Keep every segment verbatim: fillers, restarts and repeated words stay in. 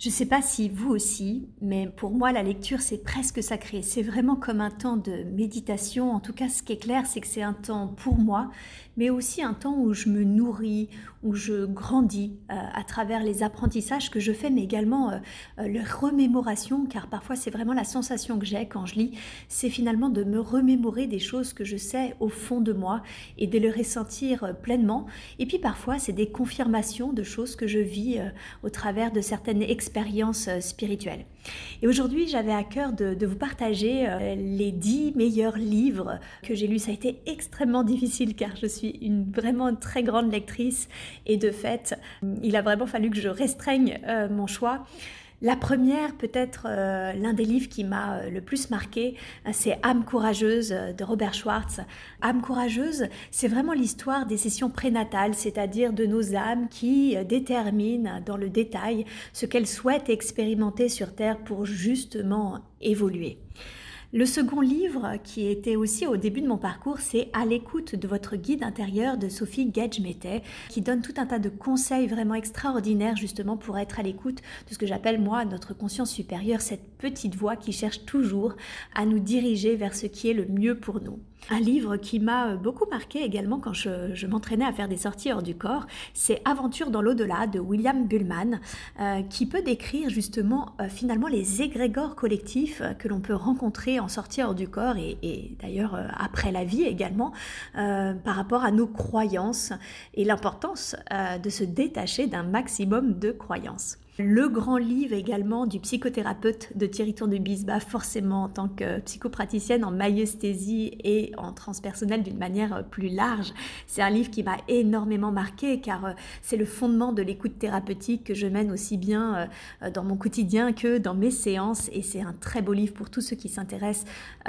Je ne sais pas si vous aussi, mais pour moi, la lecture, c'est presque sacré. C'est vraiment comme un temps de méditation. En tout cas, ce qui est clair, c'est que c'est un temps pour moi, mais aussi un temps où je me nourris, où je grandis euh, à travers les apprentissages que je fais, mais également euh, euh, les remémorations, car parfois, c'est vraiment la sensation que j'ai quand je lis, c'est finalement de me remémorer des choses que je sais au fond de moi et de les ressentir euh, pleinement. Et puis parfois, c'est des confirmations de choses que je vis euh, au travers de certaines expériences expérience spirituelle. Et aujourd'hui, j'avais à cœur de, de vous partager euh, les dix meilleurs livres que j'ai lus. Ça a été extrêmement difficile car je suis une vraiment très grande lectrice et de fait, il a vraiment fallu que je restreigne euh, mon choix. La première, peut-être euh, l'un des livres qui m'a euh, le plus marqué, c'est Âme courageuse de Robert Schwartz. Âme courageuse, c'est vraiment l'histoire des sessions prénatales, c'est-à-dire de nos âmes qui euh, déterminent dans le détail ce qu'elles souhaitent expérimenter sur Terre pour justement évoluer. Le second livre, qui était aussi au début de mon parcours, c'est À l'écoute de votre guide intérieur de Sophie Gage-Mété, qui donne tout un tas de conseils vraiment extraordinaires justement pour être à l'écoute de ce que j'appelle moi notre conscience supérieure, cette petite voix qui cherche toujours à nous diriger vers ce qui est le mieux pour nous. Un livre qui m'a beaucoup marqué également quand je, je m'entraînais à faire des sorties hors du corps, c'est Aventure dans l'au-delà de William Buhlman, euh, qui peut décrire justement euh, finalement les égrégores collectifs euh, que l'on peut rencontrer en sortie hors du corps et, et d'ailleurs euh, après la vie également, euh, par rapport à nos croyances et l'importance euh, de se détacher d'un maximum de croyances. Le grand livre également du psychothérapeute de Thierry Tournevis, bah forcément en tant que psychopraticienne en maïeusthésie et en transpersonnel d'une manière plus large. C'est un livre qui m'a énormément marqué car c'est le fondement de l'écoute thérapeutique que je mène aussi bien dans mon quotidien que dans mes séances et c'est un très beau livre pour tous ceux qui s'intéressent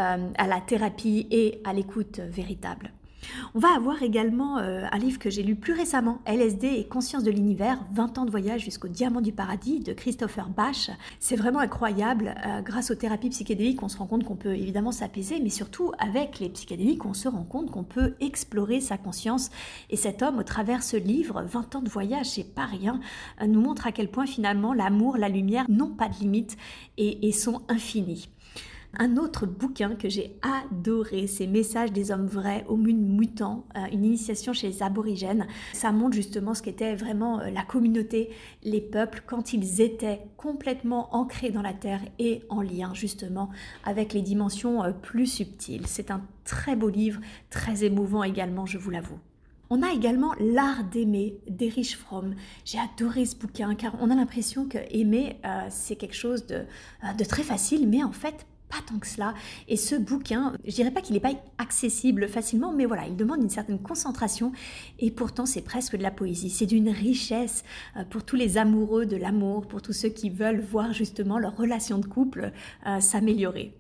à la thérapie et à l'écoute véritable. On va avoir également euh, un livre que j'ai lu plus récemment, L S D et conscience de l'univers, vingt ans de voyage jusqu'au diamant du paradis de Christopher Bach. C'est vraiment incroyable, euh, grâce aux thérapies psychédéliques, on se rend compte qu'on peut évidemment s'apaiser, mais surtout avec les psychédéliques, on se rend compte qu'on peut explorer sa conscience. Et cet homme, au travers ce livre, vingt ans de voyage, c'est pas rien, euh, nous montre à quel point finalement l'amour, la lumière n'ont pas de limite et, et sont infinis. Un autre bouquin que j'ai adoré, c'est Messages des hommes vrais au monde mutant, une initiation chez les aborigènes. Ça montre justement ce qu'était vraiment la communauté, les peuples, quand ils étaient complètement ancrés dans la terre et en lien justement avec les dimensions plus subtiles. C'est un très beau livre, très émouvant également, je vous l'avoue. On a également L'art d'aimer d'Erich Fromm. J'ai adoré ce bouquin car on a l'impression que aimer, euh, c'est quelque chose de, de très facile, mais en fait, pas tant que cela. Et ce bouquin, je dirais pas qu'il n'est pas accessible facilement, mais voilà, il demande une certaine concentration et pourtant c'est presque de la poésie. C'est d'une richesse pour tous les amoureux de l'amour, pour tous ceux qui veulent voir justement leur relation de couple euh, s'améliorer.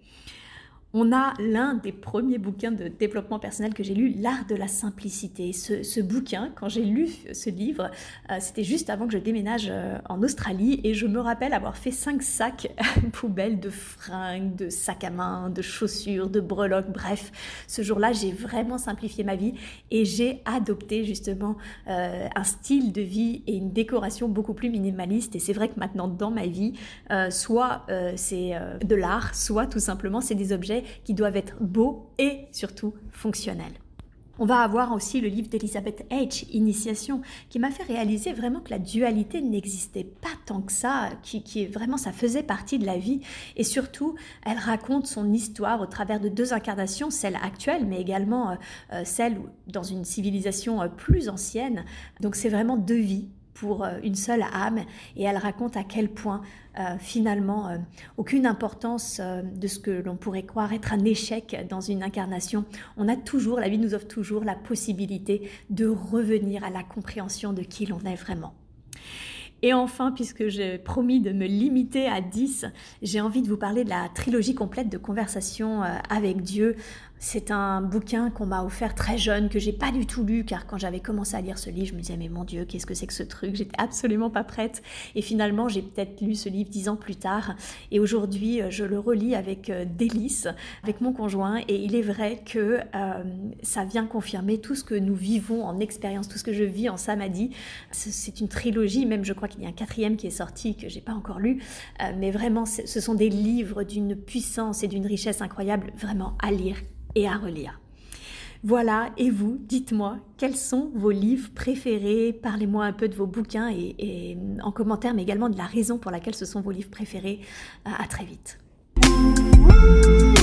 On a l'un des premiers bouquins de développement personnel que j'ai lu, L'art de la simplicité. Ce, ce bouquin, quand j'ai lu ce livre, euh, c'était juste avant que je déménage euh, en Australie et je me rappelle avoir fait cinq sacs poubelles de fringues, de sacs à main, de chaussures, de breloques, bref. Ce jour-là, j'ai vraiment simplifié ma vie et j'ai adopté justement euh, un style de vie et une décoration beaucoup plus minimaliste. Et c'est vrai que maintenant, dans ma vie, euh, soit euh, c'est euh, de l'art, soit tout simplement c'est des objets qui doivent être beaux et surtout fonctionnels. On va avoir aussi le livre d'Elizabeth H, Initiation, qui m'a fait réaliser vraiment que la dualité n'existait pas tant que ça, qui, qui est vraiment, ça faisait partie de la vie. Et surtout, elle raconte son histoire au travers de deux incarnations, celle actuelle, mais également euh, celle dans une civilisation euh, plus ancienne. Donc c'est vraiment deux vies pour une seule âme et elle raconte à quel point euh, finalement euh, aucune importance euh, de ce que l'on pourrait croire être un échec dans une incarnation. On a toujours, la vie nous offre toujours la possibilité de revenir à la compréhension de qui l'on est vraiment. Et enfin, puisque j'ai promis de me limiter à dix, j'ai envie de vous parler de la trilogie complète de Conversations avec Dieu. C'est un bouquin qu'on m'a offert très jeune, que j'ai pas du tout lu, car quand j'avais commencé à lire ce livre, je me disais mais mon Dieu, qu'est-ce que c'est que ce truc? J'étais absolument pas prête. Et finalement, j'ai peut-être lu ce livre dix ans plus tard. Et aujourd'hui, je le relis avec délice, avec mon conjoint. Et il est vrai que euh, ça vient confirmer tout ce que nous vivons en expérience, tout ce que je vis en samadhi. C'est une trilogie, même je crois qu'il y a un quatrième qui est sorti, que j'ai pas encore lu. Euh, mais vraiment, ce sont des livres d'une puissance et d'une richesse incroyable, vraiment à lire et à relire. Voilà, et vous, dites-moi, quels sont vos livres préférés? Parlez-moi un peu de vos bouquins et, et en commentaire, mais également de la raison pour laquelle ce sont vos livres préférés. À très vite.